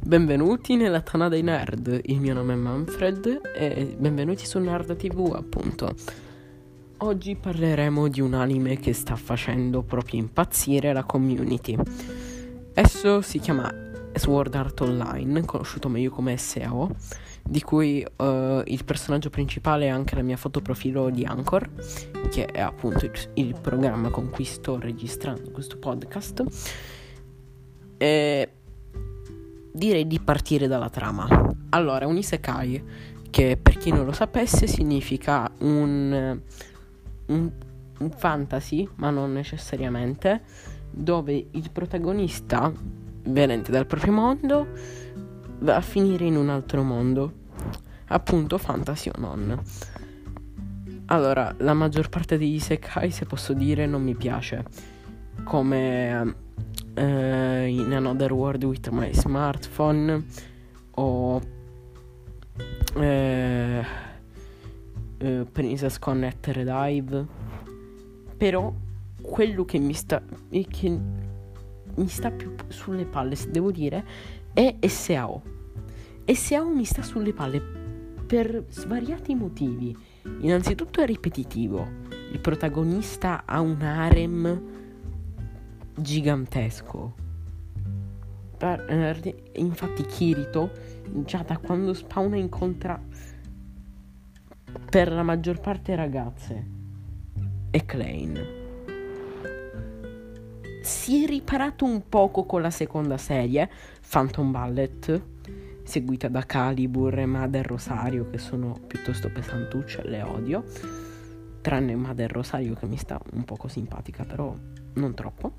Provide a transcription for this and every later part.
Benvenuti nella Tana dei Nerd, il mio nome è Manfred e benvenuti su Nerd TV, appunto. Oggi parleremo di un anime che sta facendo proprio impazzire la community. Esso si chiama Sword Art Online, conosciuto meglio come SAO, di cui il personaggio principale è anche la mia foto profilo di Anchor, che è appunto il programma con cui sto registrando questo podcast. E direi di partire dalla trama. Allora, un isekai, che per chi non lo sapesse significa un fantasy, ma non necessariamente, dove il protagonista, venente dal proprio mondo, va a finire in un altro mondo, appunto fantasy o non. Allora, la maggior parte degli isekai, se posso dire, non mi piace, come In Another World with My Smartphone o Princess Connect Dive. Però quello che mi sta più sulle palle, devo dire, è SAO. SAO mi sta sulle palle per svariati motivi. Innanzitutto è ripetitivo. Il protagonista ha un harem gigantesco. Infatti Kirito, già da quando spawna, incontra per la maggior parte ragazze. E Klein si è riparato un poco con la seconda serie, Phantom Ballet, seguita da Calibur e Mother Rosario, che sono piuttosto pesantucce, le odio, tranne Mother Rosario che mi sta un poco simpatica, però non troppo.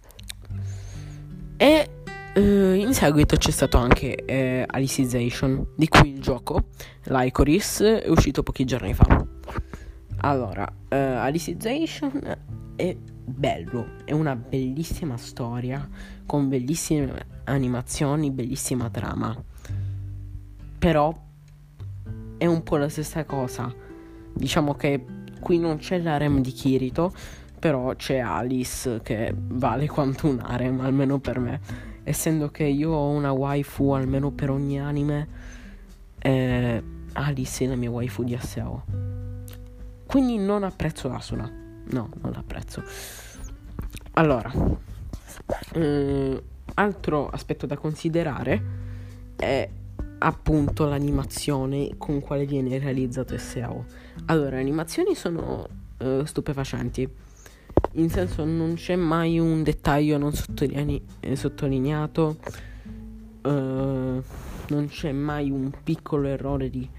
E in seguito c'è stato anche Alicization, di cui il gioco, l'Icoris, è uscito pochi giorni fa. Allora, Alicization è bello, è una bellissima storia, con bellissime animazioni, bellissima trama. Però è un po' la stessa cosa. Diciamo che qui non c'è l'harem di Kirito, però c'è Alice che vale quanto un harem, almeno per me. Essendo che io ho una waifu almeno per ogni anime, Alice è la mia waifu di SAO. Quindi non apprezzo Asuna. No, non l'apprezzo. Allora, altro aspetto da considerare è appunto l'animazione con quale viene realizzato SAO. Allora, le animazioni sono stupefacenti. In senso, non c'è mai un dettaglio non sottolineato, non c'è mai un piccolo errore di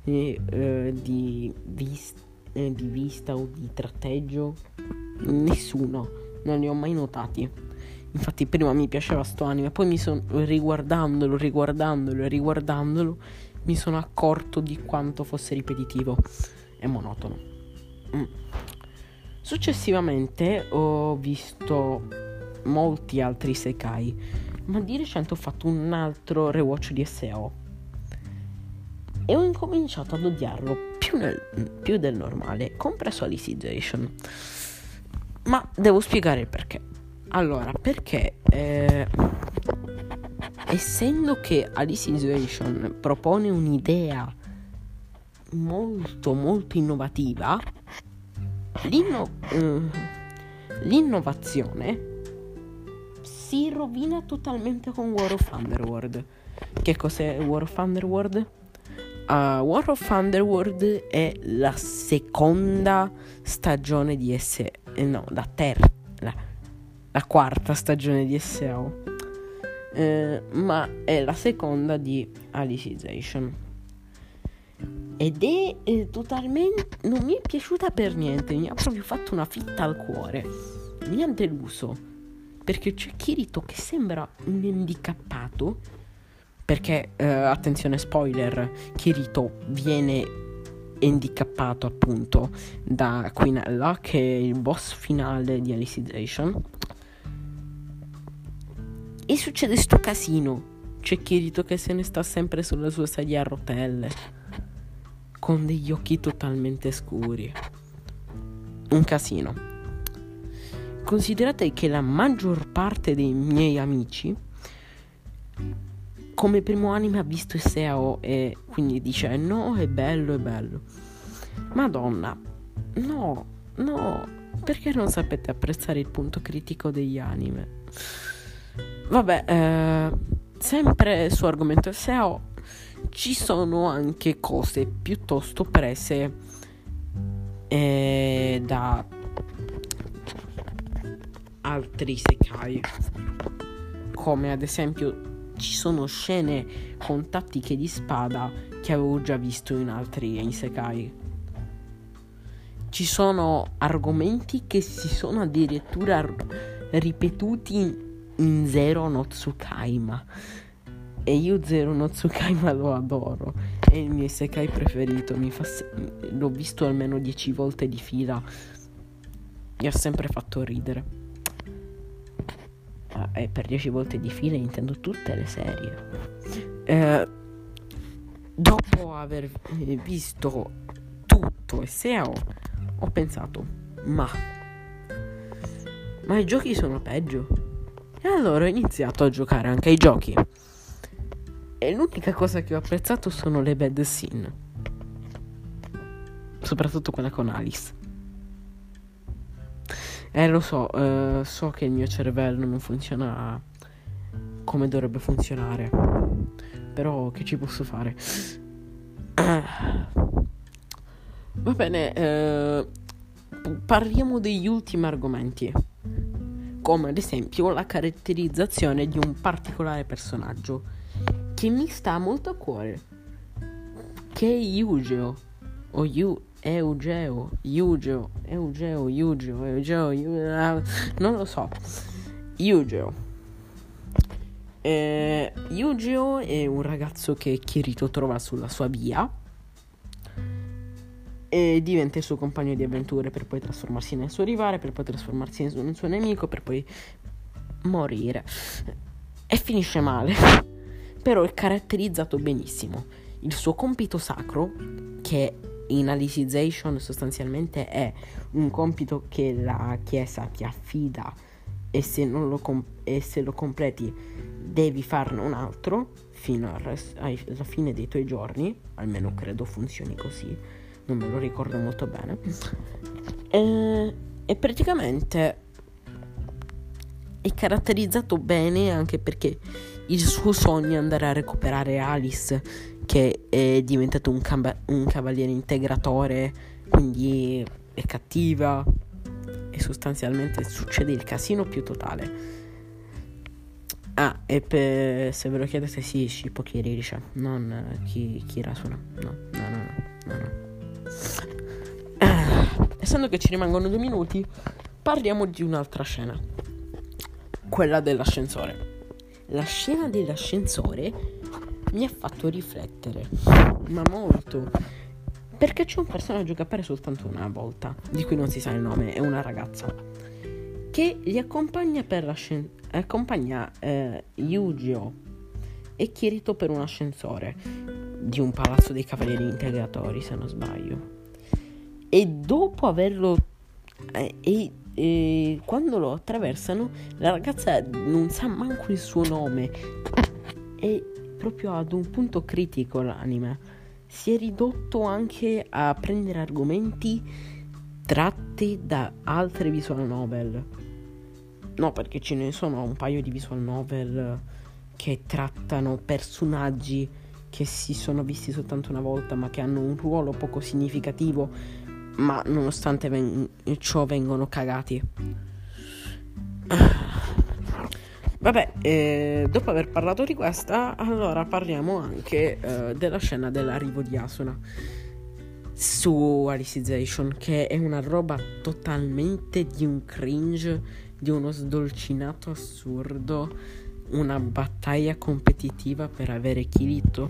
vista o di tratteggio. Nessuno, non li ho mai notati. Infatti prima mi piaceva sto anime, poi mi sono riguardandolo, mi sono accorto di quanto fosse ripetitivo e monotono. Successivamente ho visto molti altri isekai, ma di recente ho fatto un altro rewatch di SAO e ho incominciato ad odiarlo più del normale, compreso Alicization. Ma devo spiegare il perché. Allora, perché essendo che Alicization propone un'idea molto molto innovativa, l'innovazione si rovina totalmente con War of Underworld. Che cos'è War of Underworld? War of Underworld è la seconda stagione di la quarta stagione di SAO, ma è la seconda di Alicization. Ed è totalmente, non mi è piaciuta per niente, mi ha proprio fatto una fitta al cuore, mi ha deluso, perché c'è Kirito che sembra un handicappato, perché attenzione spoiler, Kirito viene handicappato appunto da Quinella, che è il boss finale di Alicization, e succede sto casino. C'è Kirito che se ne sta sempre sulla sua sedia a rotelle, con degli occhi totalmente scuri. Un casino. Considerate che la maggior parte dei miei amici come primo anime ha visto SEO e quindi dice no, è bello, Madonna, no, perché non sapete apprezzare il punto critico degli anime? Vabbè, sempre su argomento SEO ci sono anche cose piuttosto prese da altri isekai, come ad esempio ci sono scene con tattiche di spada che avevo già visto in altri isekai. Ci sono argomenti che si sono addirittura ripetuti in Zero no Tsukaima, e io Zero no Tsukaima lo adoro, è il mio isekai preferito, l'ho visto almeno 10 volte di fila, mi ha sempre fatto ridere. E per 10 volte di fila intendo tutte le serie. Dopo aver visto tutto SEO ho pensato, ma i giochi sono peggio, e allora ho iniziato a giocare anche ai giochi, e l'unica cosa che ho apprezzato sono le bad scene, soprattutto quella con Alice. Lo so, so che il mio cervello non funziona come dovrebbe funzionare, però che ci posso fare? Va bene, parliamo degli ultimi argomenti, come ad esempio la caratterizzazione di un particolare personaggio che mi sta molto a cuore, che è Eugeo, Eugeo, non lo so. Eugeo è un ragazzo che Kirito trova sulla sua via e diventa il suo compagno di avventure, per poi trasformarsi nel suo rivale, per poi trasformarsi nel suo nemico, per poi morire, e finisce male. Però è caratterizzato benissimo. Il suo compito sacro, che in Alicization sostanzialmente è un compito che la chiesa ti affida, e se lo completi devi farne un altro fino alla fine dei tuoi giorni, almeno credo funzioni così, non me lo ricordo molto bene, e praticamente è caratterizzato bene anche perché il suo sogno è andare a recuperare Alice, che è diventato un cavaliere integratore, quindi è cattiva e sostanzialmente succede il casino più totale. E se ve lo chiedete, sì, Shippo Kiririsha, non Kirasuna, no. Essendo che ci rimangono 2 minuti, parliamo di un'altra scena, quella dell'ascensore. La scena dell'ascensore mi ha fatto riflettere, ma molto, perché c'è un personaggio che appare soltanto una volta, di cui non si sa il nome, è una ragazza che li accompagna accompagna Eugeo e Kirito per un ascensore di un palazzo dei cavalieri integratori, se non sbaglio, e dopo averlo quando lo attraversano, la ragazza non sa manco il suo nome. È proprio ad un punto critico l'anime. Si è ridotto anche a prendere argomenti tratti da altre visual novel. No, perché ce ne sono un paio di visual novel che trattano personaggi che si sono visti soltanto una volta, ma che hanno un ruolo poco significativo, ma nonostante ciò vengono cagati. Vabbè, dopo aver parlato di questa, allora parliamo anche della scena dell'arrivo di Asuna su Alicization, che è una roba totalmente di un cringe, di uno sdolcinato assurdo, una battaglia competitiva per avere Kirito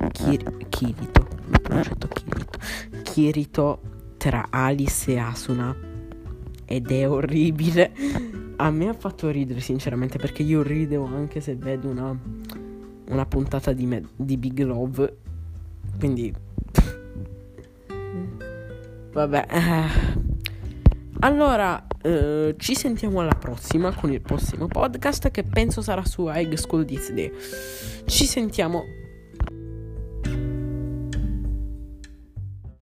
tra Alice e Asuna, ed è orribile. A me ha fatto ridere sinceramente, perché io ridevo anche se vedo una puntata di Big Love, quindi vabbè. Allora Ci sentiamo alla prossima con il prossimo podcast, che penso sarà su High School DxD. Ci sentiamo.